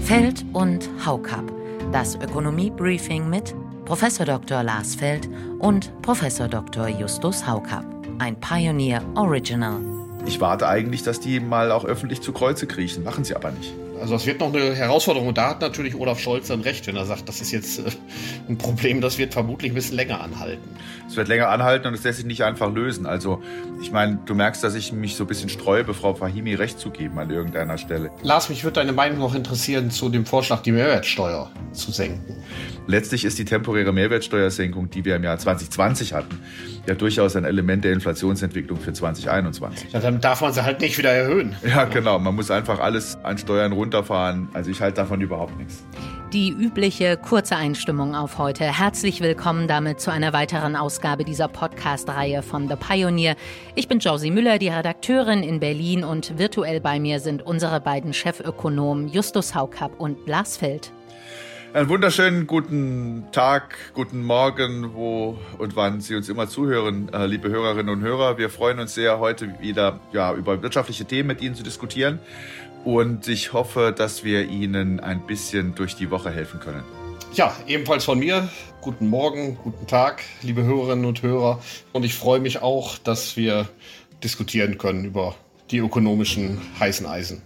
Feld und Haukapp. Das Ökonomie-Briefing mit Prof. Dr. Lars Feld und Prof. Dr. Justus Haukapp. Ein Pioneer Original. Ich warte eigentlich, dass die mal auch öffentlich zu Kreuze kriechen. Machen sie aber nicht. Also das wird noch eine Herausforderung. Und da hat natürlich Olaf Scholz dann recht, wenn er sagt, das ist jetzt ein Problem, das wird vermutlich ein bisschen länger anhalten. Es wird länger anhalten und es lässt sich nicht einfach lösen. Also ich meine, du merkst, dass ich mich so ein bisschen sträube, Frau Fahimi recht zu geben an irgendeiner Stelle. Lars, mich würde deine Meinung noch interessieren zu dem Vorschlag, die Mehrwertsteuer zu senken. Letztlich ist die temporäre Mehrwertsteuersenkung, die wir im Jahr 2020 hatten, ja durchaus ein Element der Inflationsentwicklung für 2021. Ja, dann darf man sie halt nicht wieder erhöhen. Ja, genau. Man muss einfach alles an Steuern runterfahren. Also ich halte davon überhaupt nichts. Die übliche kurze Einstimmung auf heute. Herzlich willkommen damit zu einer weiteren Ausgabe dieser Podcast-Reihe von The Pioneer. Ich bin Josie Müller, die Redakteurin in Berlin, und virtuell bei mir sind unsere beiden Chefökonomen Justus Haukapp und Lars Feld. Einen wunderschönen guten Tag, guten Morgen, wo und wann Sie uns immer zuhören, liebe Hörerinnen und Hörer. Wir freuen uns sehr, heute wieder über wirtschaftliche Themen mit Ihnen zu diskutieren. Und ich hoffe, dass wir Ihnen ein bisschen durch die Woche helfen können. Ja, ebenfalls von mir. Guten Morgen, guten Tag, liebe Hörerinnen und Hörer. Und ich freue mich auch, dass wir diskutieren können über die ökonomischen heißen Eisen.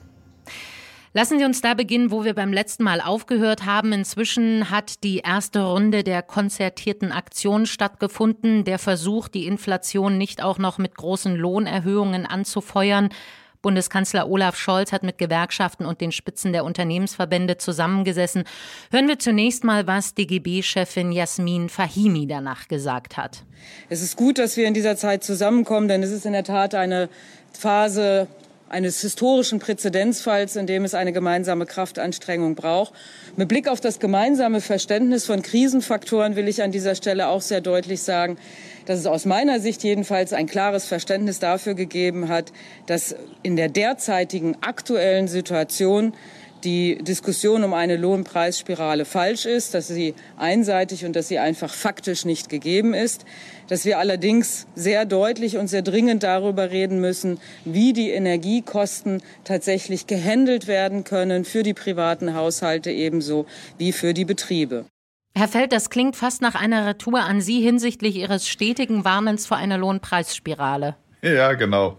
Lassen Sie uns da beginnen, wo wir beim letzten Mal aufgehört haben. Inzwischen hat die erste Runde der konzertierten Aktion stattgefunden. Der Versuch, die Inflation nicht auch noch mit großen Lohnerhöhungen anzufeuern. Bundeskanzler Olaf Scholz hat mit Gewerkschaften und den Spitzen der Unternehmensverbände zusammengesessen. Hören wir zunächst mal, was DGB-Chefin Jasmin Fahimi danach gesagt hat. Es ist gut, dass wir in dieser Zeit zusammenkommen, denn es ist in der Tat eine Phase eines historischen Präzedenzfalls, in dem es eine gemeinsame Kraftanstrengung braucht. Mit Blick auf das gemeinsame Verständnis von Krisenfaktoren will ich an dieser Stelle auch sehr deutlich sagen, dass es aus meiner Sicht jedenfalls ein klares Verständnis dafür gegeben hat, dass in der derzeitigen aktuellen Situation die Diskussion um eine Lohnpreisspirale falsch ist, dass sie einseitig und dass sie einfach faktisch nicht gegeben ist, dass wir allerdings sehr deutlich und sehr dringend darüber reden müssen, wie die Energiekosten tatsächlich gehandelt werden können für die privaten Haushalte ebenso wie für die Betriebe. Herr Feld, das klingt fast nach einer Retour an Sie hinsichtlich Ihres stetigen Warnens vor einer Lohnpreisspirale. Ja, genau.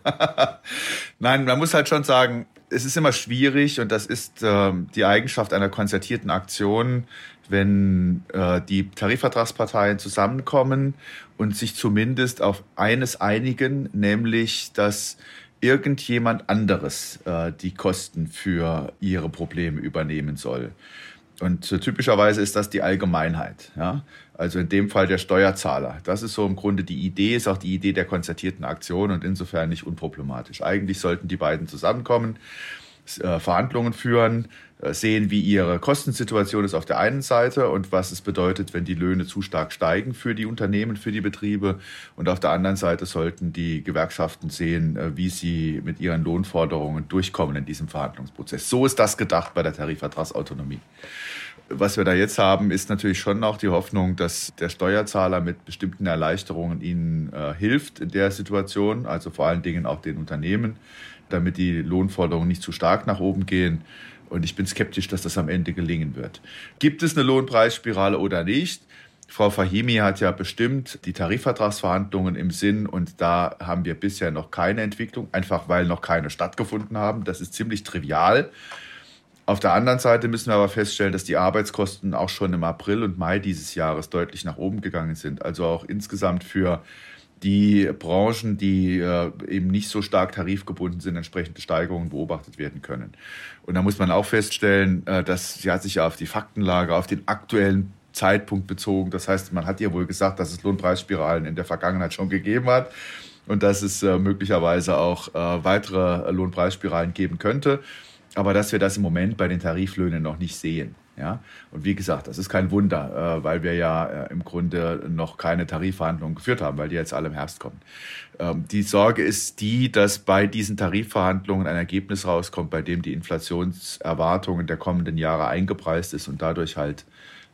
Nein, man muss halt schon sagen, es ist immer schwierig, und das ist die Eigenschaft einer konzertierten Aktion, wenn die Tarifvertragsparteien zusammenkommen und sich zumindest auf eines einigen, nämlich dass irgendjemand anderes die Kosten für ihre Probleme übernehmen soll. Und typischerweise ist das die Allgemeinheit, ja? Also in dem Fall der Steuerzahler. Das ist so im Grunde die Idee, ist auch die Idee der konzertierten Aktion und insofern nicht unproblematisch. Eigentlich sollten die beiden zusammenkommen, Verhandlungen führen, sehen, wie ihre Kostensituation ist auf der einen Seite und was es bedeutet, wenn die Löhne zu stark steigen für die Unternehmen, für die Betriebe. Und auf der anderen Seite sollten die Gewerkschaften sehen, wie sie mit ihren Lohnforderungen durchkommen in diesem Verhandlungsprozess. So ist das gedacht bei der Tarifvertragsautonomie. Was wir da jetzt haben, ist natürlich schon auch die Hoffnung, dass der Steuerzahler mit bestimmten Erleichterungen ihnen hilft in der Situation, also vor allen Dingen auch den Unternehmen, damit die Lohnforderungen nicht zu stark nach oben gehen. Und ich bin skeptisch, dass das am Ende gelingen wird. Gibt es eine Lohnpreisspirale oder nicht? Frau Fahimi hat ja bestimmt die Tarifvertragsverhandlungen im Sinn, und da haben wir bisher noch keine Entwicklung, einfach weil noch keine stattgefunden haben. Das ist ziemlich trivial. Auf der anderen Seite müssen wir aber feststellen, dass die Arbeitskosten auch schon im April und Mai dieses Jahres deutlich nach oben gegangen sind. Also auch insgesamt für die Branchen, die eben nicht so stark tarifgebunden sind, entsprechende Steigerungen beobachtet werden können. Und da muss man auch feststellen, dass sie hat sich ja auf die Faktenlage, auf den aktuellen Zeitpunkt bezogen. Das heißt, man hat ja wohl gesagt, dass es Lohnpreisspiralen in der Vergangenheit schon gegeben hat und dass es möglicherweise auch weitere Lohnpreisspiralen geben könnte. Aber dass wir das im Moment bei den Tariflöhnen noch nicht sehen. Ja? Und wie gesagt, das ist kein Wunder, weil wir ja im Grunde noch keine Tarifverhandlungen geführt haben, weil die jetzt alle im Herbst kommen. Die Sorge ist die, dass bei diesen Tarifverhandlungen ein Ergebnis rauskommt, bei dem die Inflationserwartungen der kommenden Jahre eingepreist ist und dadurch halt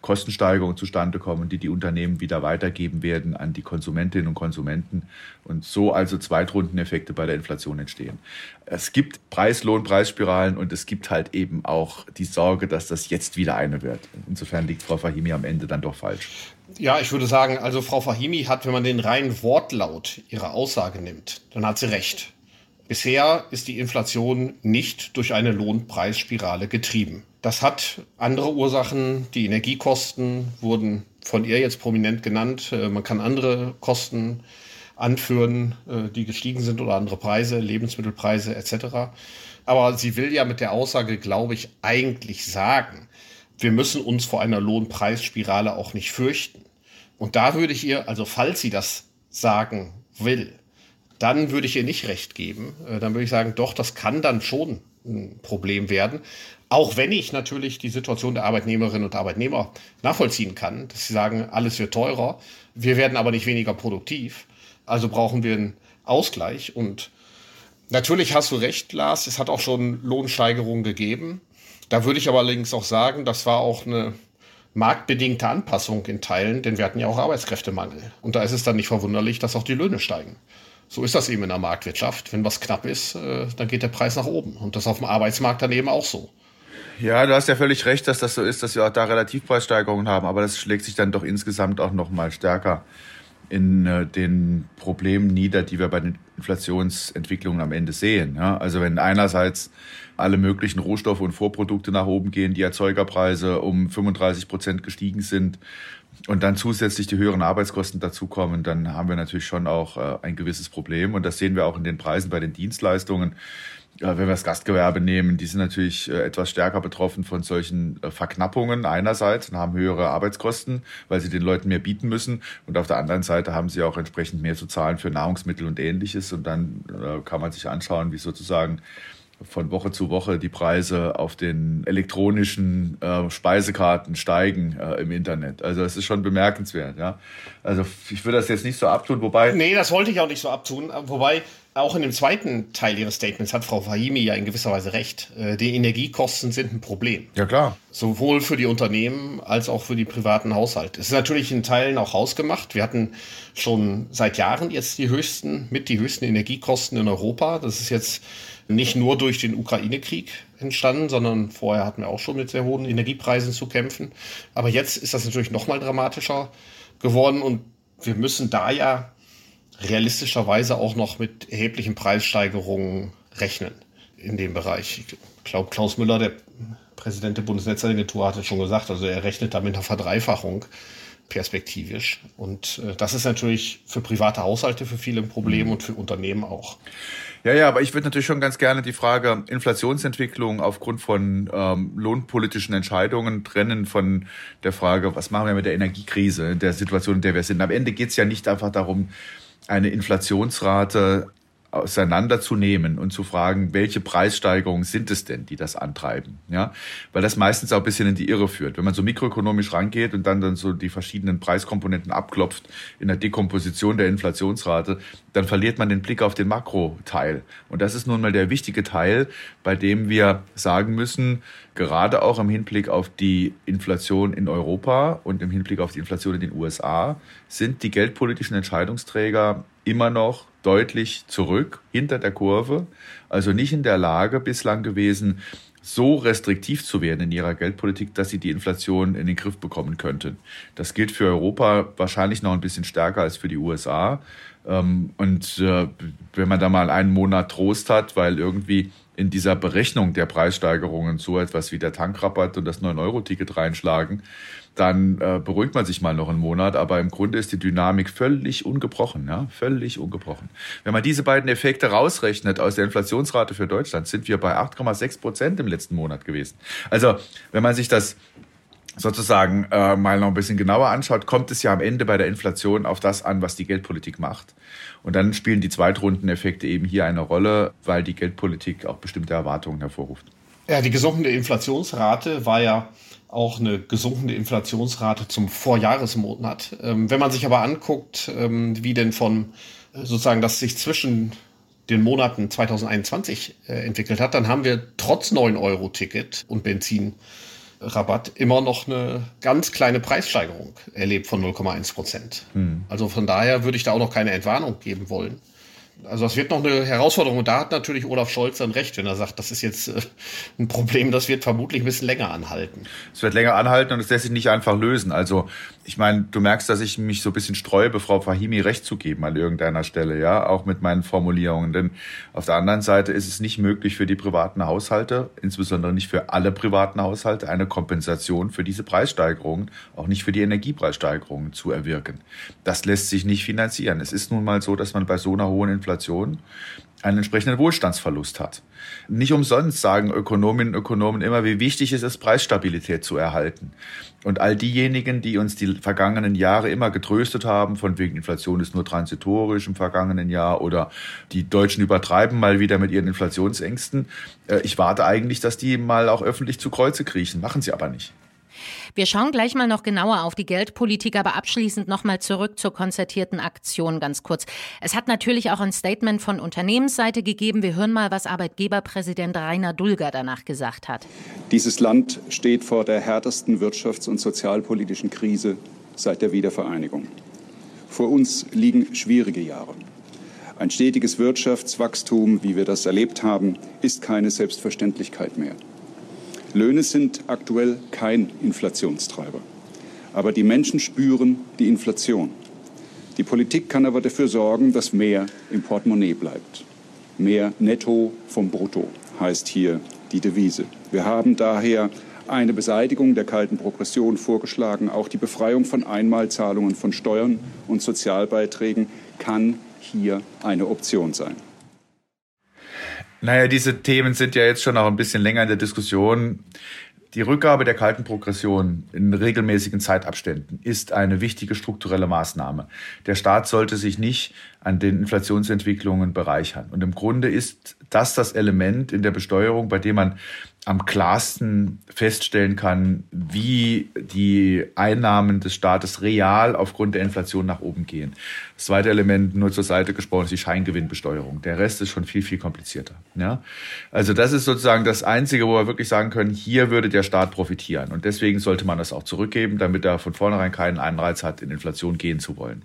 Kostensteigerungen zustande kommen, die Unternehmen wieder weitergeben werden an die Konsumentinnen und Konsumenten und so also Zweitrundeneffekte bei der Inflation entstehen. Es gibt Preisspiralen und es gibt halt eben auch die Sorge, dass das jetzt wieder eine wird. Insofern liegt Frau Fahimi am Ende dann doch falsch. Ja, ich würde sagen, also Frau Fahimi hat, wenn man den reinen Wortlaut ihrer Aussage nimmt, dann hat sie recht. Bisher ist die Inflation nicht durch eine Lohnpreisspirale getrieben. Das hat andere Ursachen. Die Energiekosten wurden von ihr jetzt prominent genannt. Man kann andere Kosten anführen, die gestiegen sind oder andere Preise, Lebensmittelpreise etc. Aber sie will ja mit der Aussage, glaube ich, eigentlich sagen, wir müssen uns vor einer Lohnpreisspirale auch nicht fürchten. Und da würde ich ihr, also falls sie das sagen will, dann würde ich ihr nicht recht geben. Dann würde ich sagen, doch, das kann dann schon ein Problem werden. Auch wenn ich natürlich die Situation der Arbeitnehmerinnen und Arbeitnehmer nachvollziehen kann, dass sie sagen, alles wird teurer, wir werden aber nicht weniger produktiv. Also brauchen wir einen Ausgleich. Und natürlich hast du recht, Lars, es hat auch schon Lohnsteigerungen gegeben. Da würde ich aber allerdings auch sagen, das war auch eine marktbedingte Anpassung in Teilen, denn wir hatten ja auch Arbeitskräftemangel. Und da ist es dann nicht verwunderlich, dass auch die Löhne steigen. So ist das eben in der Marktwirtschaft. Wenn was knapp ist, dann geht der Preis nach oben. Und das auf dem Arbeitsmarkt dann eben auch so. Ja, du hast ja völlig recht, dass das so ist, dass wir auch da Relativpreissteigerungen haben. Aber das schlägt sich dann doch insgesamt auch noch mal stärker in den Problemen nieder, die wir bei den Inflationsentwicklungen am Ende sehen. Ja, also wenn einerseits alle möglichen Rohstoffe und Vorprodukte nach oben gehen, die Erzeugerpreise um 35% gestiegen sind und dann zusätzlich die höheren Arbeitskosten dazukommen, dann haben wir natürlich schon auch ein gewisses Problem. Und das sehen wir auch in den Preisen bei den Dienstleistungen. Wenn wir das Gastgewerbe nehmen, die sind natürlich etwas stärker betroffen von solchen Verknappungen einerseits und haben höhere Arbeitskosten, weil sie den Leuten mehr bieten müssen. Und auf der anderen Seite haben sie auch entsprechend mehr zu zahlen für Nahrungsmittel und Ähnliches. Und dann kann man sich anschauen, wie sozusagen von Woche zu Woche die Preise auf den elektronischen Speisekarten steigen im Internet. Also es ist schon bemerkenswert. Ja. Also ich würde das jetzt nicht so abtun, wobei... Nee, das wollte ich auch nicht so abtun. Wobei auch in dem zweiten Teil ihres Statements hat Frau Fahimi ja in gewisser Weise recht. Die Energiekosten sind ein Problem. Ja, klar. Sowohl für die Unternehmen als auch für die privaten Haushalte. Es ist natürlich in Teilen auch hausgemacht. Wir hatten schon seit Jahren jetzt die höchsten Energiekosten in Europa. Das ist jetzt nicht nur durch den Ukraine-Krieg entstanden, sondern vorher hatten wir auch schon mit sehr hohen Energiepreisen zu kämpfen. Aber jetzt ist das natürlich noch mal dramatischer geworden und wir müssen da ja realistischerweise auch noch mit erheblichen Preissteigerungen rechnen in dem Bereich. Ich glaube, Klaus Müller, der Präsident der Bundesnetzagentur, hat es schon gesagt, also er rechnet da mit einer Verdreifachung perspektivisch. Und das ist natürlich für private Haushalte für viele ein Problem und für Unternehmen auch. Ja, aber ich würde natürlich schon ganz gerne die Frage Inflationsentwicklung aufgrund von lohnpolitischen Entscheidungen trennen von der Frage, was machen wir mit der Energiekrise, der Situation, in der wir sind. Am Ende geht es ja nicht einfach darum, eine Inflationsrate auseinanderzunehmen und zu fragen, welche Preissteigerungen sind es denn, die das antreiben, ja, weil das meistens auch ein bisschen in die Irre führt. Wenn man so mikroökonomisch rangeht und dann so die verschiedenen Preiskomponenten abklopft in der Dekomposition der Inflationsrate, dann verliert man den Blick auf den Makroteil. Und das ist nun mal der wichtige Teil, bei dem wir sagen müssen, gerade auch im Hinblick auf die Inflation in Europa und im Hinblick auf die Inflation in den USA, sind die geldpolitischen Entscheidungsträger immer noch deutlich zurück, hinter der Kurve, also nicht in der Lage bislang gewesen, so restriktiv zu werden in ihrer Geldpolitik, dass sie die Inflation in den Griff bekommen könnten. Das gilt für Europa wahrscheinlich noch ein bisschen stärker als für die USA. Und wenn man da mal einen Monat Trost hat, weil irgendwie in dieser Berechnung der Preissteigerungen so etwas wie der Tankrabatt und das 9-Euro-Ticket reinschlagen, dann beruhigt man sich mal noch einen Monat. Aber im Grunde ist die Dynamik völlig ungebrochen. Ja? Völlig ungebrochen. Wenn man diese beiden Effekte rausrechnet aus der Inflationsrate für Deutschland, sind wir bei 8,6% im letzten Monat gewesen. Also wenn man sich das sozusagen mal noch ein bisschen genauer anschaut, kommt es ja am Ende bei der Inflation auf das an, was die Geldpolitik macht. Und dann spielen die Zweitrundeneffekte eben hier eine Rolle, weil die Geldpolitik auch bestimmte Erwartungen hervorruft. Ja, die gesunkene Inflationsrate war ja auch eine gesunkene Inflationsrate zum Vorjahresmonat. Wenn man sich aber anguckt, wie denn von sozusagen das sich zwischen den Monaten 2021 entwickelt hat, dann haben wir trotz 9-Euro-Ticket und Benzin Rabatt immer noch eine ganz kleine Preissteigerung erlebt von 0,1%. Also von daher würde ich da auch noch keine Entwarnung geben wollen. Also das wird noch eine Herausforderung. Und da hat natürlich Olaf Scholz dann recht, wenn er sagt, das ist jetzt ein Problem, das wird vermutlich ein bisschen länger anhalten. Es wird länger anhalten und es lässt sich nicht einfach lösen. Also ich meine, du merkst, dass ich mich so ein bisschen sträube, Frau Fahimi recht zu geben an irgendeiner Stelle, ja, auch mit meinen Formulierungen. Denn auf der anderen Seite ist es nicht möglich für die privaten Haushalte, insbesondere nicht für alle privaten Haushalte, eine Kompensation für diese Preissteigerungen, auch nicht für die Energiepreissteigerungen zu erwirken. Das lässt sich nicht finanzieren. Es ist nun mal so, dass man bei so einer hohen Inflation einen entsprechenden Wohlstandsverlust hat. Nicht umsonst sagen Ökonominnen und Ökonomen immer, wie wichtig es ist, Preisstabilität zu erhalten. Und all diejenigen, die uns die vergangenen Jahre immer getröstet haben, von wegen Inflation ist nur transitorisch im vergangenen Jahr oder die Deutschen übertreiben mal wieder mit ihren Inflationsängsten, ich warte eigentlich, dass die mal auch öffentlich zu Kreuze kriechen. Machen sie aber nicht. Wir schauen gleich mal noch genauer auf die Geldpolitik, aber abschließend noch mal zurück zur konzertierten Aktion ganz kurz. Es hat natürlich auch ein Statement von Unternehmensseite gegeben. Wir hören mal, was Arbeitgeberpräsident Rainer Dulger danach gesagt hat. Dieses Land steht vor der härtesten wirtschafts- und sozialpolitischen Krise seit der Wiedervereinigung. Vor uns liegen schwierige Jahre. Ein stetiges Wirtschaftswachstum, wie wir das erlebt haben, ist keine Selbstverständlichkeit mehr. Löhne sind aktuell kein Inflationstreiber. Aber die Menschen spüren die Inflation. Die Politik kann aber dafür sorgen, dass mehr im Portemonnaie bleibt. Mehr Netto vom Brutto heißt hier die Devise. Wir haben daher eine Beseitigung der kalten Progression vorgeschlagen. Auch die Befreiung von Einmalzahlungen von Steuern und Sozialbeiträgen kann hier eine Option sein. Naja, diese Themen sind ja jetzt schon auch ein bisschen länger in der Diskussion. Die Rückgabe der kalten Progression in regelmäßigen Zeitabständen ist eine wichtige strukturelle Maßnahme. Der Staat sollte sich nicht an den Inflationsentwicklungen bereichern. Und im Grunde ist das Element in der Besteuerung, bei dem man am klarsten feststellen kann, wie die Einnahmen des Staates real aufgrund der Inflation nach oben gehen. Das zweite Element, nur zur Seite gesprochen, ist die Scheingewinnbesteuerung. Der Rest ist schon viel, viel komplizierter. Ja? Also das ist sozusagen das Einzige, wo wir wirklich sagen können, hier würde der Staat profitieren. Und deswegen sollte man das auch zurückgeben, damit er von vornherein keinen Anreiz hat, in Inflation gehen zu wollen.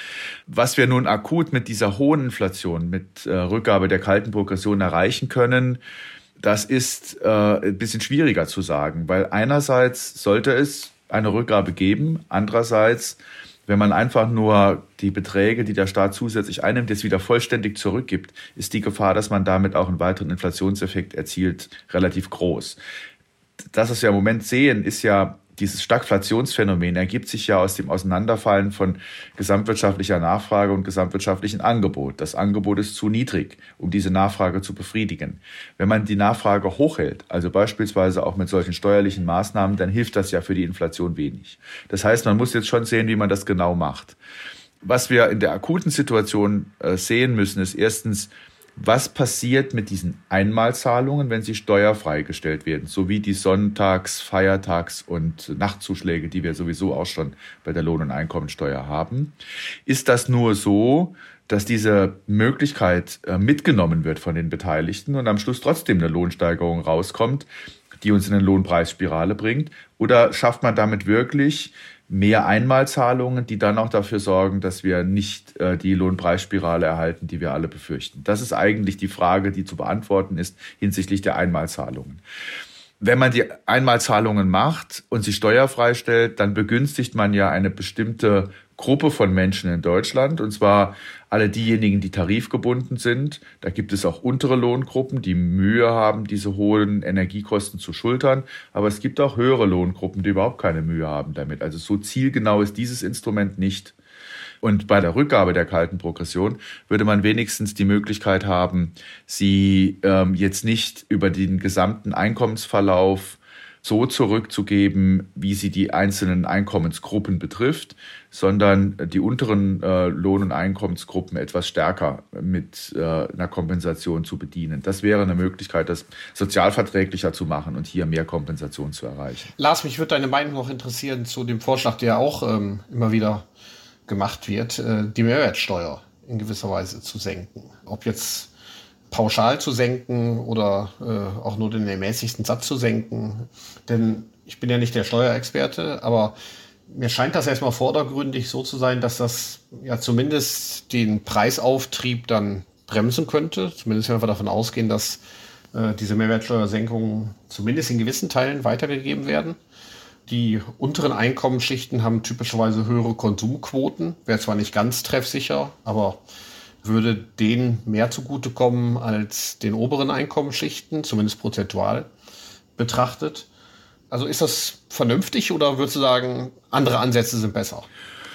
Was wir nun akut mit dieser hohen Inflation, mit Rückgabe der kalten Progression erreichen können, das ist ein bisschen schwieriger zu sagen, weil einerseits sollte es eine Rückgabe geben, andererseits, wenn man einfach nur die Beträge, die der Staat zusätzlich einnimmt, jetzt wieder vollständig zurückgibt, ist die Gefahr, dass man damit auch einen weiteren Inflationseffekt erzielt, relativ groß. Das, was wir im Moment sehen, ist ja, dieses Stagflationsphänomen ergibt sich ja aus dem Auseinanderfallen von gesamtwirtschaftlicher Nachfrage und gesamtwirtschaftlichem Angebot. Das Angebot ist zu niedrig, um diese Nachfrage zu befriedigen. Wenn man die Nachfrage hochhält, also beispielsweise auch mit solchen steuerlichen Maßnahmen, dann hilft das ja für die Inflation wenig. Das heißt, man muss jetzt schon sehen, wie man das genau macht. Was wir in der akuten Situation sehen müssen, ist erstens, was passiert mit diesen Einmalzahlungen, wenn sie steuerfrei gestellt werden, sowie die Sonntags-, Feiertags- und Nachtzuschläge, die wir sowieso auch schon bei der Lohn- und Einkommensteuer haben? Ist das nur so, dass diese Möglichkeit mitgenommen wird von den Beteiligten und am Schluss trotzdem eine Lohnsteigerung rauskommt, die uns in eine Lohnpreisspirale bringt? Oder schafft man damit wirklich mehr Einmalzahlungen, die dann auch dafür sorgen, dass wir nicht die Lohnpreisspirale erhalten, die wir alle befürchten? Das ist eigentlich die Frage, die zu beantworten ist hinsichtlich der Einmalzahlungen. Wenn man die Einmalzahlungen macht und sie steuerfrei stellt, dann begünstigt man ja eine bestimmte Gruppe von Menschen in Deutschland, und zwar alle diejenigen, die tarifgebunden sind. Da gibt es auch untere Lohngruppen, die Mühe haben, diese hohen Energiekosten zu schultern. Aber es gibt auch höhere Lohngruppen, die überhaupt keine Mühe haben damit. Also so zielgenau ist dieses Instrument nicht. Und bei der Rückgabe der kalten Progression würde man wenigstens die Möglichkeit haben, sie jetzt nicht über den gesamten Einkommensverlauf so zurückzugeben, wie sie die einzelnen Einkommensgruppen betrifft, sondern die unteren Lohn- und Einkommensgruppen etwas stärker mit einer Kompensation zu bedienen. Das wäre eine Möglichkeit, das sozialverträglicher zu machen und hier mehr Kompensation zu erreichen. Lars, mich würde deine Meinung noch interessieren zu dem Vorschlag, der auch immer wieder gemacht wird, die Mehrwertsteuer in gewisser Weise zu senken. Ob jetzt pauschal zu senken oder auch nur den ermäßigsten Satz zu senken. Denn ich bin ja nicht der Steuerexperte, aber mir scheint das erstmal vordergründig so zu sein, dass das ja zumindest den Preisauftrieb dann bremsen könnte. Zumindest wenn wir davon ausgehen, dass diese Mehrwertsteuersenkungen zumindest in gewissen Teilen weitergegeben werden. Die unteren Einkommensschichten haben typischerweise höhere Konsumquoten. Wäre zwar nicht ganz treffsicher, aber würde denen mehr zugutekommen als den oberen Einkommensschichten, zumindest prozentual betrachtet. Also ist das vernünftig oder würdest du sagen, andere Ansätze sind besser?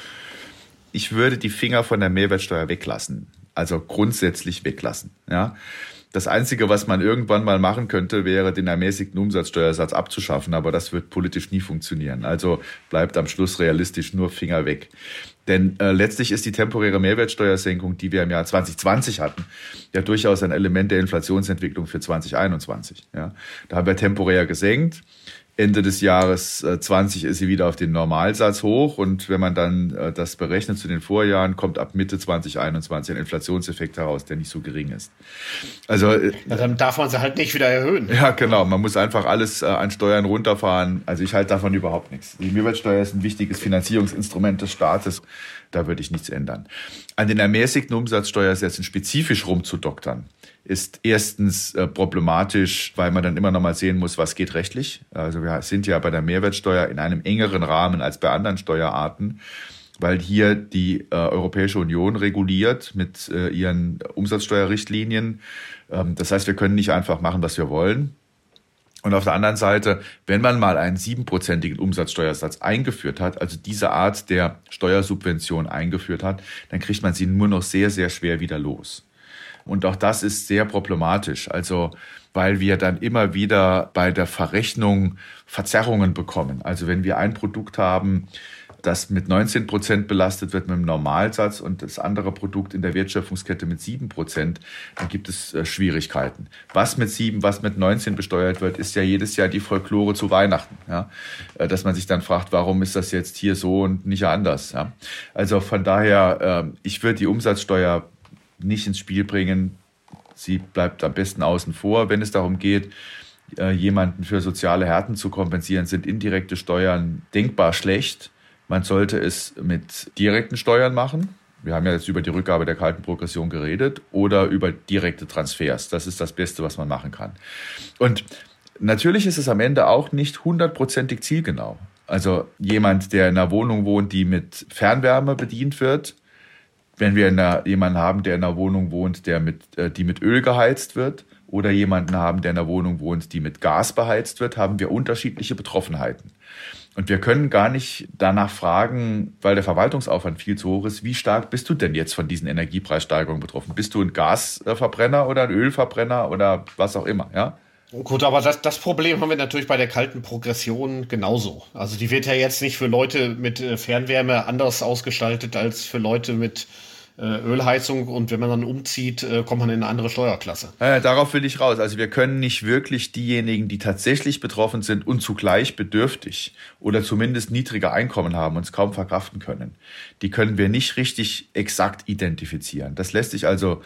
Ich würde die Finger von der Mehrwertsteuer weglassen. Also grundsätzlich weglassen. Ja. Das Einzige, was man irgendwann mal machen könnte, wäre, den ermäßigten Umsatzsteuersatz abzuschaffen. Aber das wird politisch nie funktionieren. Also bleibt am Schluss realistisch nur Finger weg. Denn letztlich ist die temporäre Mehrwertsteuersenkung, die wir im Jahr 2020 hatten, ja durchaus ein Element der Inflationsentwicklung für 2021. Ja. Da haben wir temporär gesenkt. Ende des Jahres 20 ist sie wieder auf den Normalsatz hoch. Und wenn man dann das berechnet zu den Vorjahren, kommt ab Mitte 2021 ein Inflationseffekt heraus, der nicht so gering ist. Also dann darf man sie halt nicht wieder erhöhen. Ja, genau. Man muss einfach alles an Steuern runterfahren. Also ich halte davon überhaupt nichts. Die Mehrwertsteuer ist ein wichtiges Finanzierungsinstrument des Staates. Da würde ich nichts ändern. An den ermäßigten Umsatzsteuersätzen spezifisch rumzudoktern, ist erstens problematisch, weil man dann immer noch mal sehen muss, was geht rechtlich. Also wir sind ja bei der Mehrwertsteuer in einem engeren Rahmen als bei anderen Steuerarten, weil hier die Europäische Union reguliert mit ihren Umsatzsteuerrichtlinien. Das heißt, wir können nicht einfach machen, was wir wollen. Und auf der anderen Seite, wenn man mal einen 7%igen Umsatzsteuersatz eingeführt hat, also diese Art der Steuersubvention eingeführt hat, dann kriegt man sie nur noch sehr, sehr schwer wieder los. Und auch das ist sehr problematisch, also weil wir dann immer wieder bei der Verrechnung Verzerrungen bekommen. Also wenn wir ein Produkt haben, das mit 19% belastet wird mit dem Normalsatz und das andere Produkt in der Wertschöpfungskette mit 7%, dann gibt es Schwierigkeiten. Was mit 7, was mit 19 besteuert wird, ist ja jedes Jahr die Folklore zu Weihnachten. Ja? Dass man sich dann fragt, warum ist das jetzt hier so und nicht anders? Ja? Also von daher, ich würde die Umsatzsteuer nicht ins Spiel bringen. Sie bleibt am besten außen vor. Wenn es darum geht, jemanden für soziale Härten zu kompensieren, sind indirekte Steuern denkbar schlecht. Man sollte es mit direkten Steuern machen. Wir haben ja jetzt über die Rückgabe der kalten Progression geredet oder über direkte Transfers. Das ist das Beste, was man machen kann. Und natürlich ist es am Ende auch nicht 100%ig zielgenau. Also jemand, der in einer Wohnung wohnt, die mit Fernwärme bedient wird, wenn wir jemanden haben, der in einer Wohnung wohnt, die mit Öl geheizt wird, oder jemanden haben, der in einer Wohnung wohnt, die mit Gas beheizt wird, haben wir unterschiedliche Betroffenheiten. Und wir können gar nicht danach fragen, weil der Verwaltungsaufwand viel zu hoch ist, wie stark bist du denn jetzt von diesen Energiepreissteigerungen betroffen? Bist du ein Gasverbrenner oder ein Ölverbrenner oder was auch immer, ja? Gut, aber das Problem haben wir natürlich bei der kalten Progression genauso. Also die wird ja jetzt nicht für Leute mit Fernwärme anders ausgestaltet als für Leute mit Ölheizung. Und wenn man dann umzieht, kommt man in eine andere Steuerklasse. Darauf will ich raus. Also wir können nicht wirklich diejenigen, die tatsächlich betroffen sind und zugleich bedürftig oder zumindest niedrige Einkommen haben und es kaum verkraften können, die können wir nicht richtig exakt identifizieren. Das lässt sich also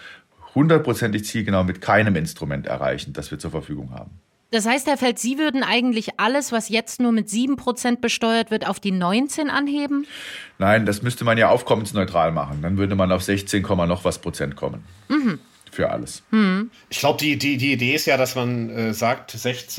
100%ig zielgenau mit keinem Instrument erreichen, das wir zur Verfügung haben. Das heißt, Herr Feld, Sie würden eigentlich alles, was jetzt nur mit 7% besteuert wird, auf die 19 anheben? Nein, das müsste man ja aufkommensneutral machen. Dann würde man auf 16, noch was Prozent kommen. Mhm. Für alles. Mhm. Ich glaube, die Idee ist ja, dass man sagt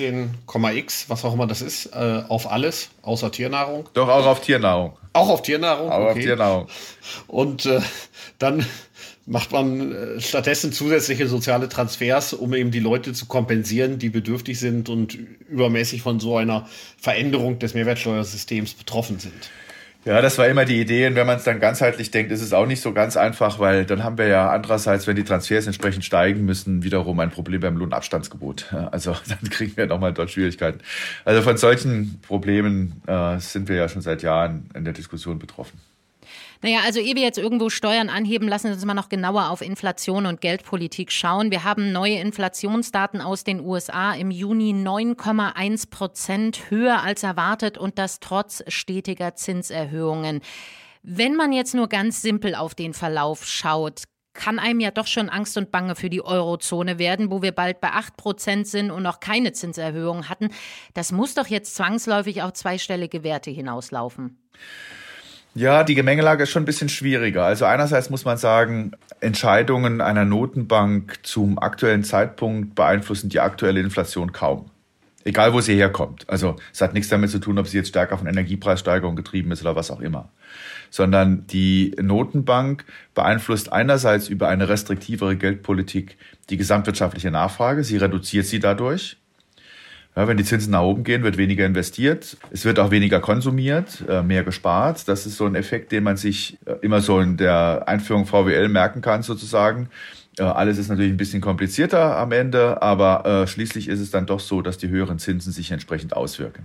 16,x, was auch immer das ist, auf alles, außer Tiernahrung. Doch, auch auf Tiernahrung. Auch auf Tiernahrung? Auch okay. Auf Tiernahrung. Und dann macht man stattdessen zusätzliche soziale Transfers, um eben die Leute zu kompensieren, die bedürftig sind und übermäßig von so einer Veränderung des Mehrwertsteuersystems betroffen sind. Ja, das war immer die Idee. Und wenn man es dann ganzheitlich denkt, ist es auch nicht so ganz einfach, weil dann haben wir ja andererseits, wenn die Transfers entsprechend steigen müssen, wiederum ein Problem beim Lohnabstandsgebot. Also dann kriegen wir nochmal dort Schwierigkeiten. Also von solchen Problemen sind wir ja schon seit Jahren in der Diskussion betroffen. Naja, also ehe wir jetzt irgendwo Steuern anheben, lassen Sie uns mal noch genauer auf Inflation und Geldpolitik schauen. Wir haben neue Inflationsdaten aus den USA im Juni 9,1%, höher als erwartet und das trotz stetiger Zinserhöhungen. Wenn man jetzt nur ganz simpel auf den Verlauf schaut, kann einem ja doch schon Angst und Bange für die Eurozone werden, wo wir bald bei 8% sind und noch keine Zinserhöhung hatten. Das muss doch jetzt zwangsläufig auf zweistellige Werte hinauslaufen. Ja, die Gemengelage ist schon ein bisschen schwieriger. Also einerseits muss man sagen, Entscheidungen einer Notenbank zum aktuellen Zeitpunkt beeinflussen die aktuelle Inflation kaum. Egal, wo sie herkommt. Also es hat nichts damit zu tun, ob sie jetzt stärker von Energiepreissteigerung getrieben ist oder was auch immer. Sondern die Notenbank beeinflusst einerseits über eine restriktivere Geldpolitik die gesamtwirtschaftliche Nachfrage. Sie reduziert sie dadurch. Ja, wenn die Zinsen nach oben gehen, wird weniger investiert. Es wird auch weniger konsumiert, mehr gespart. Das ist so ein Effekt, den man sich immer so in der Einführung VWL merken kann sozusagen. Alles ist natürlich ein bisschen komplizierter am Ende, aber schließlich ist es dann doch so, dass die höheren Zinsen sich entsprechend auswirken.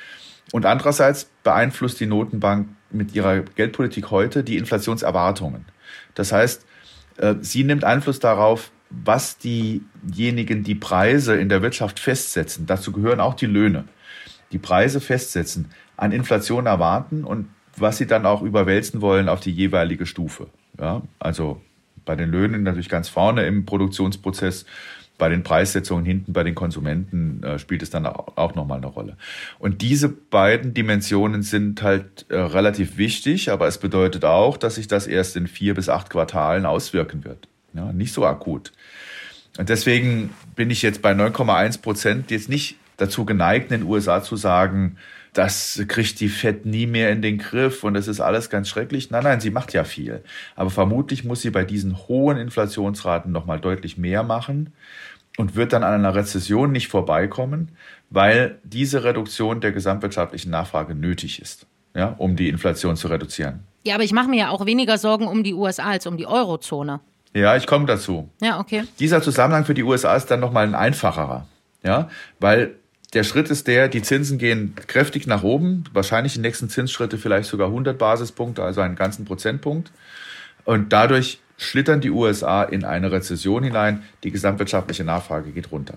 Und andererseits beeinflusst die Notenbank mit ihrer Geldpolitik heute die Inflationserwartungen. Das heißt, sie nimmt Einfluss darauf, was diejenigen, die Preise in der Wirtschaft festsetzen, dazu gehören auch die Löhne, die Preise festsetzen, an Inflation erwarten und was sie dann auch überwälzen wollen auf die jeweilige Stufe. Ja, also bei den Löhnen natürlich ganz vorne im Produktionsprozess, bei den Preissetzungen hinten bei den Konsumenten spielt es dann auch nochmal eine Rolle. Und diese beiden Dimensionen sind halt relativ wichtig, aber es bedeutet auch, dass sich das erst in 4 bis 8 Quartalen auswirken wird. Ja, nicht so akut. Und deswegen bin ich jetzt bei 9,1% jetzt nicht dazu geneigt, in den USA zu sagen, das kriegt die Fed nie mehr in den Griff und das ist alles ganz schrecklich. Nein, sie macht ja viel. Aber vermutlich muss sie bei diesen hohen Inflationsraten nochmal deutlich mehr machen und wird dann an einer Rezession nicht vorbeikommen, weil diese Reduktion der gesamtwirtschaftlichen Nachfrage nötig ist, ja, um die Inflation zu reduzieren. Ja, aber ich mache mir ja auch weniger Sorgen um die USA als um die Eurozone. Ja, ich komme dazu. Ja, okay. Dieser Zusammenhang für die USA ist dann nochmal ein einfacherer, ja, weil der Schritt ist die Zinsen gehen kräftig nach oben, wahrscheinlich die nächsten Zinsschritte vielleicht sogar 100 Basispunkte, also einen ganzen Prozentpunkt. Und dadurch schlittern die USA in eine Rezession hinein, die gesamtwirtschaftliche Nachfrage geht runter.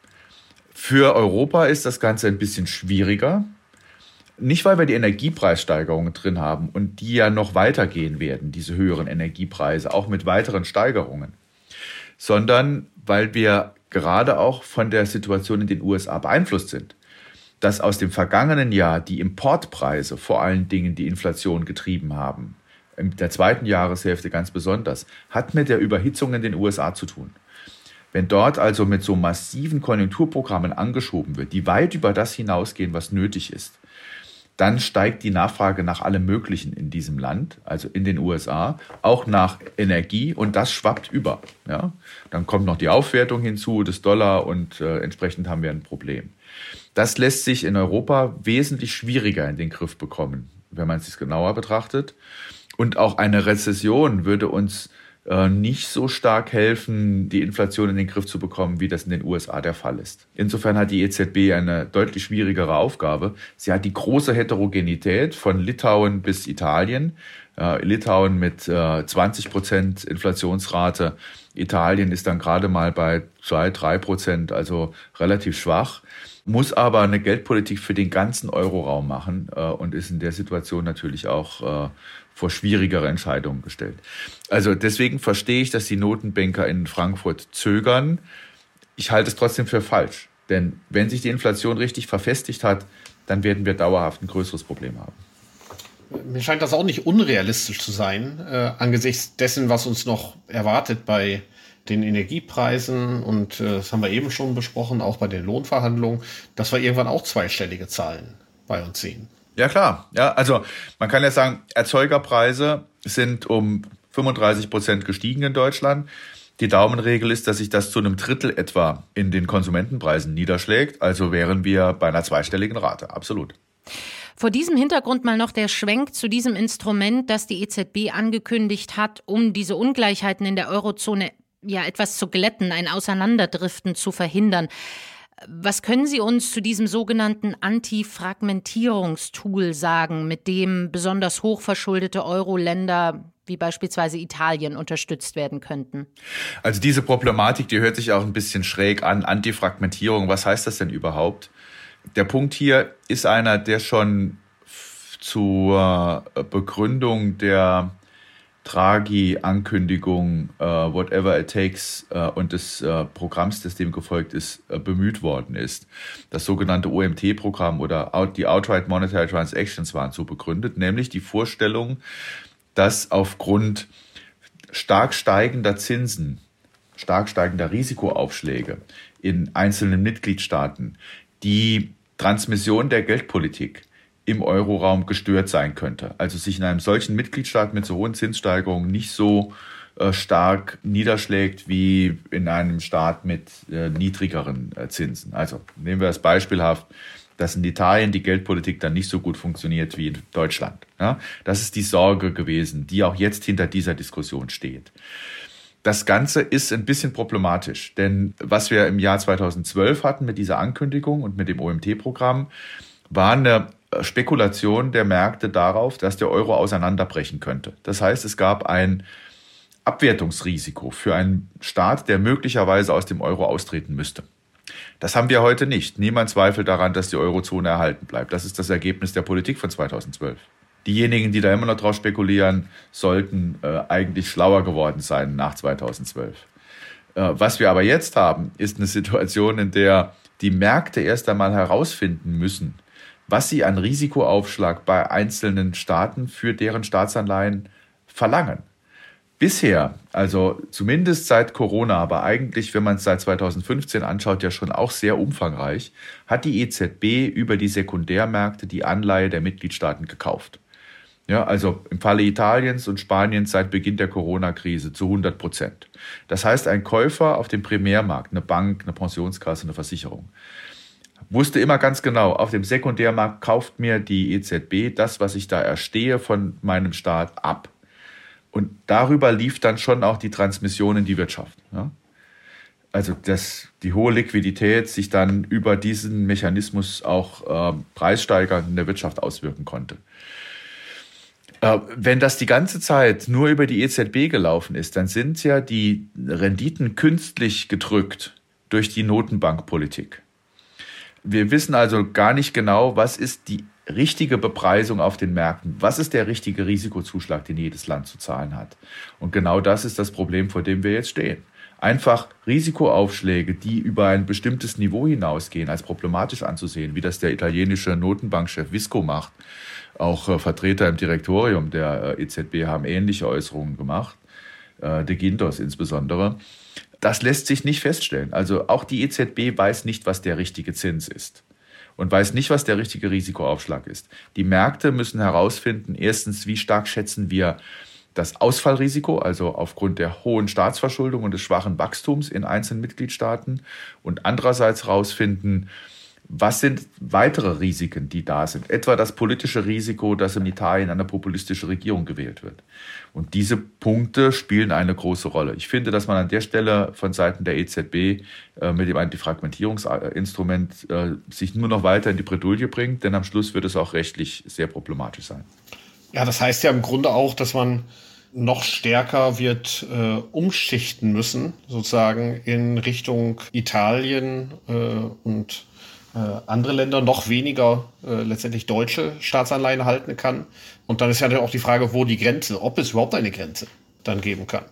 Für Europa ist das Ganze ein bisschen schwieriger. Nicht, weil wir die Energiepreissteigerungen drin haben und die ja noch weitergehen werden, diese höheren Energiepreise, auch mit weiteren Steigerungen, sondern weil wir gerade auch von der Situation in den USA beeinflusst sind. Dass aus dem vergangenen Jahr die Importpreise vor allen Dingen die Inflation getrieben haben, in der zweiten Jahreshälfte ganz besonders, hat mit der Überhitzung in den USA zu tun. Wenn dort also mit so massiven Konjunkturprogrammen angeschoben wird, die weit über das hinausgehen, was nötig ist, dann steigt die Nachfrage nach allem Möglichen in diesem Land, also in den USA, auch nach Energie und das schwappt über. Ja? Dann kommt noch die Aufwertung hinzu des Dollar und entsprechend haben wir ein Problem. Das lässt sich in Europa wesentlich schwieriger in den Griff bekommen, wenn man es sich genauer betrachtet. Und auch eine Rezession würde uns nicht so stark helfen, die Inflation in den Griff zu bekommen, wie das in den USA der Fall ist. Insofern hat die EZB eine deutlich schwierigere Aufgabe. Sie hat die große Heterogenität von Litauen bis Italien. Litauen mit 20% Inflationsrate. Italien ist dann gerade mal bei 2-3%, also relativ schwach. Muss aber eine Geldpolitik für den ganzen Euroraum machen und ist in der Situation natürlich auch vor schwierigere Entscheidungen gestellt. Also deswegen verstehe ich, dass die Notenbanker in Frankfurt zögern. Ich halte es trotzdem für falsch. Denn wenn sich die Inflation richtig verfestigt hat, dann werden wir dauerhaft ein größeres Problem haben. Mir scheint das auch nicht unrealistisch zu sein, angesichts dessen, was uns noch erwartet bei den Energiepreisen und das haben wir eben schon besprochen, auch bei den Lohnverhandlungen, dass wir irgendwann auch zweistellige Zahlen bei uns sehen. Ja, klar. Ja, also man kann ja sagen, Erzeugerpreise sind um 35% gestiegen in Deutschland. Die Daumenregel ist, dass sich das zu einem Drittel etwa in den Konsumentenpreisen niederschlägt. Also wären wir bei einer zweistelligen Rate. Absolut. Vor diesem Hintergrund mal noch der Schwenk zu diesem Instrument, das die EZB angekündigt hat, um diese Ungleichheiten in der Eurozone ja etwas zu glätten, ein Auseinanderdriften zu verhindern. Was können Sie uns zu diesem sogenannten Antifragmentierungstool sagen, mit dem besonders hochverschuldete Euro-Länder wie beispielsweise Italien unterstützt werden könnten? Also diese Problematik, die hört sich auch ein bisschen schräg an. Antifragmentierung, was heißt das denn überhaupt? Der Punkt hier ist einer, der schon zur Begründung der Draghi-Ankündigung, whatever it takes, und des Programms, das dem gefolgt ist, bemüht worden ist. Das sogenannte OMT-Programm oder die Outright Monetary Transactions waren so begründet, nämlich die Vorstellung, dass aufgrund stark steigender Zinsen, stark steigender Risikoaufschläge in einzelnen Mitgliedstaaten die Transmission der Geldpolitik im Euroraum gestört sein könnte. Also sich in einem solchen Mitgliedstaat mit so hohen Zinssteigerungen nicht so stark niederschlägt wie in einem Staat mit niedrigeren Zinsen. Also nehmen wir das beispielhaft, dass in Italien die Geldpolitik dann nicht so gut funktioniert wie in Deutschland. Ja, das ist die Sorge gewesen, die auch jetzt hinter dieser Diskussion steht. Das Ganze ist ein bisschen problematisch, denn was wir im Jahr 2012 hatten mit dieser Ankündigung und mit dem OMT-Programm, war eine Spekulation der Märkte darauf, dass der Euro auseinanderbrechen könnte. Das heißt, es gab ein Abwertungsrisiko für einen Staat, der möglicherweise aus dem Euro austreten müsste. Das haben wir heute nicht. Niemand zweifelt daran, dass die Eurozone erhalten bleibt. Das ist das Ergebnis der Politik von 2012. Diejenigen, die da immer noch drauf spekulieren, sollten eigentlich schlauer geworden sein nach 2012. Was wir aber jetzt haben, ist eine Situation, in der die Märkte erst einmal herausfinden müssen, was sie an Risikoaufschlag bei einzelnen Staaten für deren Staatsanleihen verlangen. Bisher, also zumindest seit Corona, aber eigentlich, wenn man es seit 2015 anschaut, ja schon auch sehr umfangreich, hat die EZB über die Sekundärmärkte die Anleihe der Mitgliedstaaten gekauft. Ja, also im Falle Italiens und Spaniens seit Beginn der Corona-Krise zu 100%. Das heißt, ein Käufer auf dem Primärmarkt, eine Bank, eine Pensionskasse, eine Versicherung, wusste immer ganz genau, auf dem Sekundärmarkt kauft mir die EZB das, was ich da erstehe, von meinem Staat ab. Und darüber lief dann schon auch die Transmission in die Wirtschaft. Ja? Also dass die hohe Liquidität sich dann über diesen Mechanismus auch preissteigernd in der Wirtschaft auswirken konnte. Wenn das die ganze Zeit nur über die EZB gelaufen ist, dann sind ja die Renditen künstlich gedrückt durch die Notenbankpolitik. Wir wissen also gar nicht genau, was ist die richtige Bepreisung auf den Märkten. Was ist der richtige Risikozuschlag, den jedes Land zu zahlen hat? Und genau das ist das Problem, vor dem wir jetzt stehen. Einfach Risikoaufschläge, die über ein bestimmtes Niveau hinausgehen, als problematisch anzusehen, wie das der italienische Notenbankchef Visco macht. Auch Vertreter im Direktorium der EZB haben ähnliche Äußerungen gemacht, de Guindos insbesondere. Das lässt sich nicht feststellen. Also auch die EZB weiß nicht, was der richtige Zins ist und weiß nicht, was der richtige Risikoaufschlag ist. Die Märkte müssen herausfinden, erstens, wie stark schätzen wir das Ausfallrisiko, also aufgrund der hohen Staatsverschuldung und des schwachen Wachstums in einzelnen Mitgliedstaaten, und andererseits herausfinden, was sind weitere Risiken, die da sind? Etwa das politische Risiko, dass in Italien eine populistische Regierung gewählt wird. Und diese Punkte spielen eine große Rolle. Ich finde, dass man an der Stelle von Seiten der EZB mit dem Antifragmentierungsinstrument sich nur noch weiter in die Bredouille bringt, denn am Schluss wird es auch rechtlich sehr problematisch sein. Ja, das heißt ja im Grunde auch, dass man noch stärker wird umschichten müssen, sozusagen in Richtung Italien und andere Länder, noch weniger letztendlich deutsche Staatsanleihen halten kann. Und dann ist ja auch die Frage, wo die Grenze, ob es überhaupt eine Grenze dann geben kann.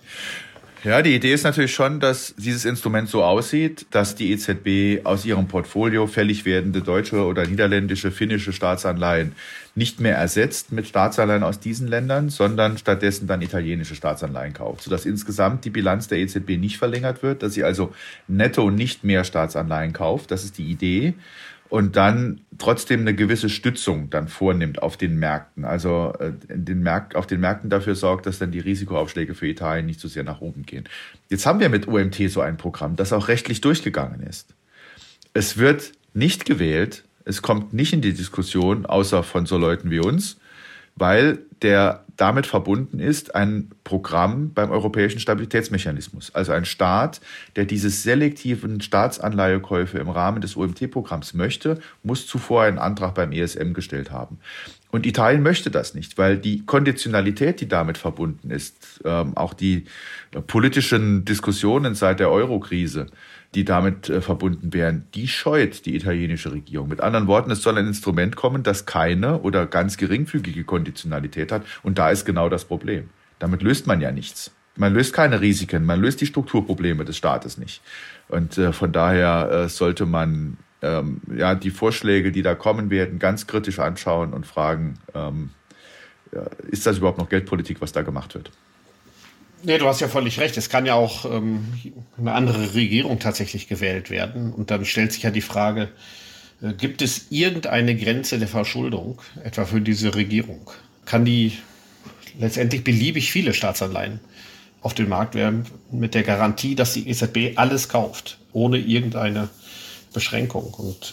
Ja, die Idee ist natürlich schon, dass dieses Instrument so aussieht, dass die EZB aus ihrem Portfolio fällig werdende deutsche oder niederländische, finnische Staatsanleihen nicht mehr ersetzt mit Staatsanleihen aus diesen Ländern, sondern stattdessen dann italienische Staatsanleihen kauft, sodass insgesamt die Bilanz der EZB nicht verlängert wird, dass sie also netto nicht mehr Staatsanleihen kauft. Das ist die Idee. Und dann trotzdem eine gewisse Stützung dann vornimmt auf den Märkten. Also auf den Märkten dafür sorgt, dass dann die Risikoaufschläge für Italien nicht so sehr nach oben gehen. Jetzt haben wir mit OMT so ein Programm, das auch rechtlich durchgegangen ist. Es wird nicht gewählt, es kommt nicht in die Diskussion, außer von so Leuten wie uns, weil der damit verbunden ist ein Programm beim Europäischen Stabilitätsmechanismus. Also ein Staat, der diese selektiven Staatsanleihekäufe im Rahmen des OMT-Programms möchte, muss zuvor einen Antrag beim ESM gestellt haben. Und Italien möchte das nicht, weil die Konditionalität, die damit verbunden ist, auch die politischen Diskussionen seit der Euro-Krise, die damit verbunden wären, die scheut die italienische Regierung. Mit anderen Worten, es soll ein Instrument kommen, das keine oder ganz geringfügige Konditionalität hat. Und da ist genau das Problem. Damit löst man ja nichts. Man löst keine Risiken, man löst die Strukturprobleme des Staates nicht. Und von daher sollte man die Vorschläge, die da kommen werden, ganz kritisch anschauen und fragen, ist das überhaupt noch Geldpolitik, was da gemacht wird? Nee, du hast ja völlig recht. Es kann ja auch eine andere Regierung tatsächlich gewählt werden. Und dann stellt sich ja die Frage, gibt es irgendeine Grenze der Verschuldung, etwa für diese Regierung? Kann die letztendlich beliebig viele Staatsanleihen auf den Markt werfen, mit der Garantie, dass die EZB alles kauft, ohne irgendeine Beschränkung? Und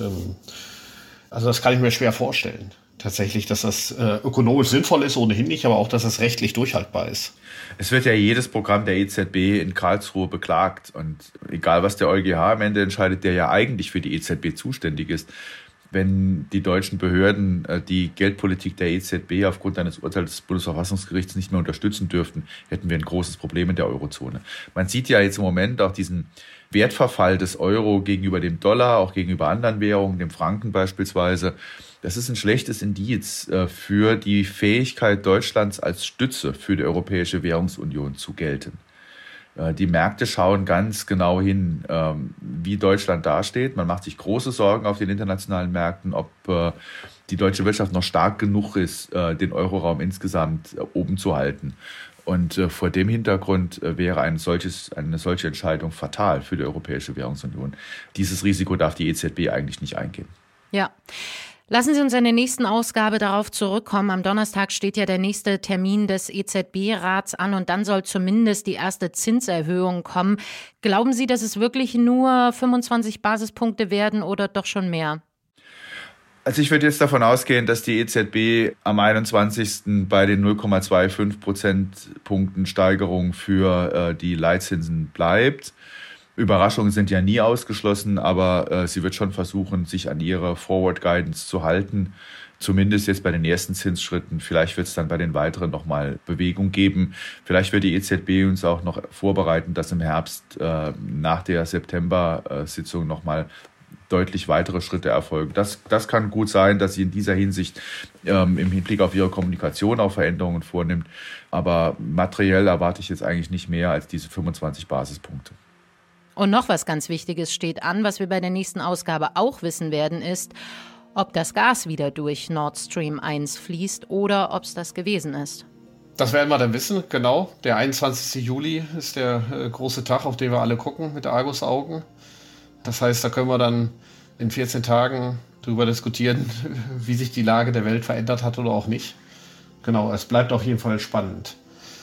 also das kann ich mir schwer vorstellen. Tatsächlich, dass das ökonomisch sinnvoll ist, ohnehin nicht, aber auch, dass es rechtlich durchhaltbar ist. Es wird ja jedes Programm der EZB in Karlsruhe beklagt. Und egal, was der EuGH am Ende entscheidet, der ja eigentlich für die EZB zuständig ist, wenn die deutschen Behörden die Geldpolitik der EZB aufgrund eines Urteils des Bundesverfassungsgerichts nicht mehr unterstützen dürften, hätten wir ein großes Problem in der Eurozone. Man sieht ja jetzt im Moment auch diesen Wertverfall des Euro gegenüber dem Dollar, auch gegenüber anderen Währungen, dem Franken beispielsweise. Das ist ein schlechtes Indiz für die Fähigkeit Deutschlands als Stütze für die Europäische Währungsunion zu gelten. Die Märkte schauen ganz genau hin, wie Deutschland dasteht. Man macht sich große Sorgen auf den internationalen Märkten, ob die deutsche Wirtschaft noch stark genug ist, den Euroraum insgesamt oben zu halten. Und vor dem Hintergrund wäre eine solche Entscheidung fatal für die Europäische Währungsunion. Dieses Risiko darf die EZB eigentlich nicht eingehen. Ja. Lassen Sie uns in der nächsten Ausgabe darauf zurückkommen. Am Donnerstag steht ja der nächste Termin des EZB-Rats an und dann soll zumindest die erste Zinserhöhung kommen. Glauben Sie, dass es wirklich nur 25 Basispunkte werden oder doch schon mehr? Also ich würde jetzt davon ausgehen, dass die EZB am 21. bei den 0,25 Prozentpunkten Steigerung für die Leitzinsen bleibt. Überraschungen sind ja nie ausgeschlossen, aber sie wird schon versuchen, sich an ihre Forward Guidance zu halten. Zumindest jetzt bei den ersten Zinsschritten. Vielleicht wird es dann bei den weiteren nochmal Bewegung geben. Vielleicht wird die EZB uns auch noch vorbereiten, dass im Herbst nach der September-Sitzung nochmal deutlich weitere Schritte erfolgen. Das kann gut sein, dass sie in dieser Hinsicht im Hinblick auf ihre Kommunikation auch Veränderungen vornimmt. Aber materiell erwarte ich jetzt eigentlich nicht mehr als diese 25 Basispunkte. Und noch was ganz Wichtiges steht an, was wir bei der nächsten Ausgabe auch wissen werden, ist, ob das Gas wieder durch Nord Stream 1 fließt oder ob es das gewesen ist. Das werden wir dann wissen, genau. Der 21. Juli ist der große Tag, auf den wir alle gucken mit Argusaugen. Das heißt, da können wir dann in 14 Tagen darüber diskutieren, wie sich die Lage der Welt verändert hat oder auch nicht. Genau, es bleibt auf jeden Fall spannend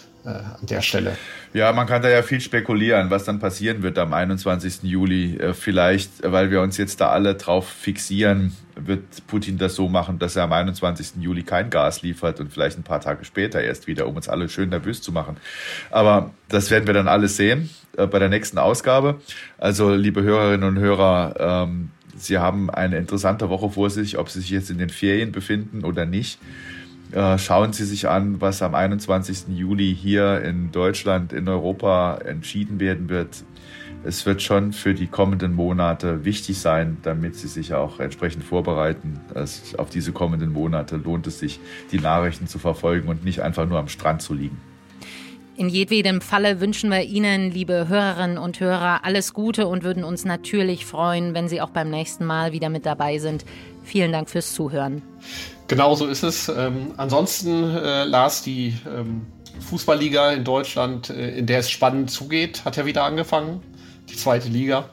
an der Stelle. Ja, man kann da ja viel spekulieren, was dann passieren wird am 21. Juli. Vielleicht, weil wir uns jetzt da alle drauf fixieren, wird Putin das so machen, dass er am 21. Juli kein Gas liefert und vielleicht ein paar Tage später erst wieder, um uns alle schön nervös zu machen. Aber das werden wir dann alles sehen bei der nächsten Ausgabe. Also, liebe Hörerinnen und Hörer, Sie haben eine interessante Woche vor sich, ob Sie sich jetzt in den Ferien befinden oder nicht. Schauen Sie sich an, was am 21. Juli hier in Deutschland, in Europa entschieden werden wird. Es wird schon für die kommenden Monate wichtig sein, damit Sie sich auch entsprechend vorbereiten. Auf diese kommenden Monate lohnt es sich, die Nachrichten zu verfolgen und nicht einfach nur am Strand zu liegen. In jedem Falle wünschen wir Ihnen, liebe Hörerinnen und Hörer, alles Gute und würden uns natürlich freuen, wenn Sie auch beim nächsten Mal wieder mit dabei sind. Vielen Dank fürs Zuhören. Genau so ist es. Ansonsten, Lars, die Fußballliga in Deutschland, in der es spannend zugeht, hat ja wieder angefangen. Die zweite Liga.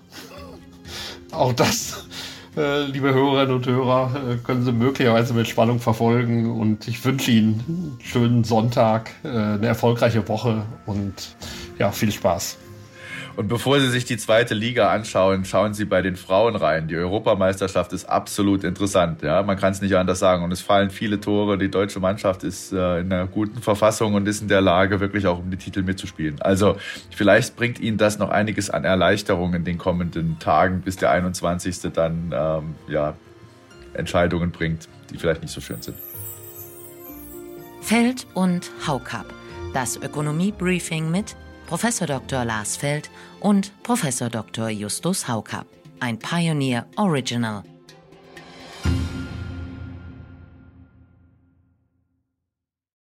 Auch das, liebe Hörerinnen und Hörer, können Sie möglicherweise mit Spannung verfolgen. Und ich wünsche Ihnen einen schönen Sonntag, eine erfolgreiche Woche und ja, viel Spaß. Und bevor Sie sich die zweite Liga anschauen, schauen Sie bei den Frauen rein. Die Europameisterschaft ist absolut interessant. Ja, man kann es nicht anders sagen. Und es fallen viele Tore. Die deutsche Mannschaft ist in einer guten Verfassung und ist in der Lage, wirklich auch um die Titel mitzuspielen. Also vielleicht bringt Ihnen das noch einiges an Erleichterung in den kommenden Tagen, bis der 21. dann Entscheidungen bringt, die vielleicht nicht so schön sind. Feld und Haukapp. Das Ökonomie-Briefing mit Professor Dr. Lars Feld und Professor Dr. Justus Haukapp. Ein Pioneer Original.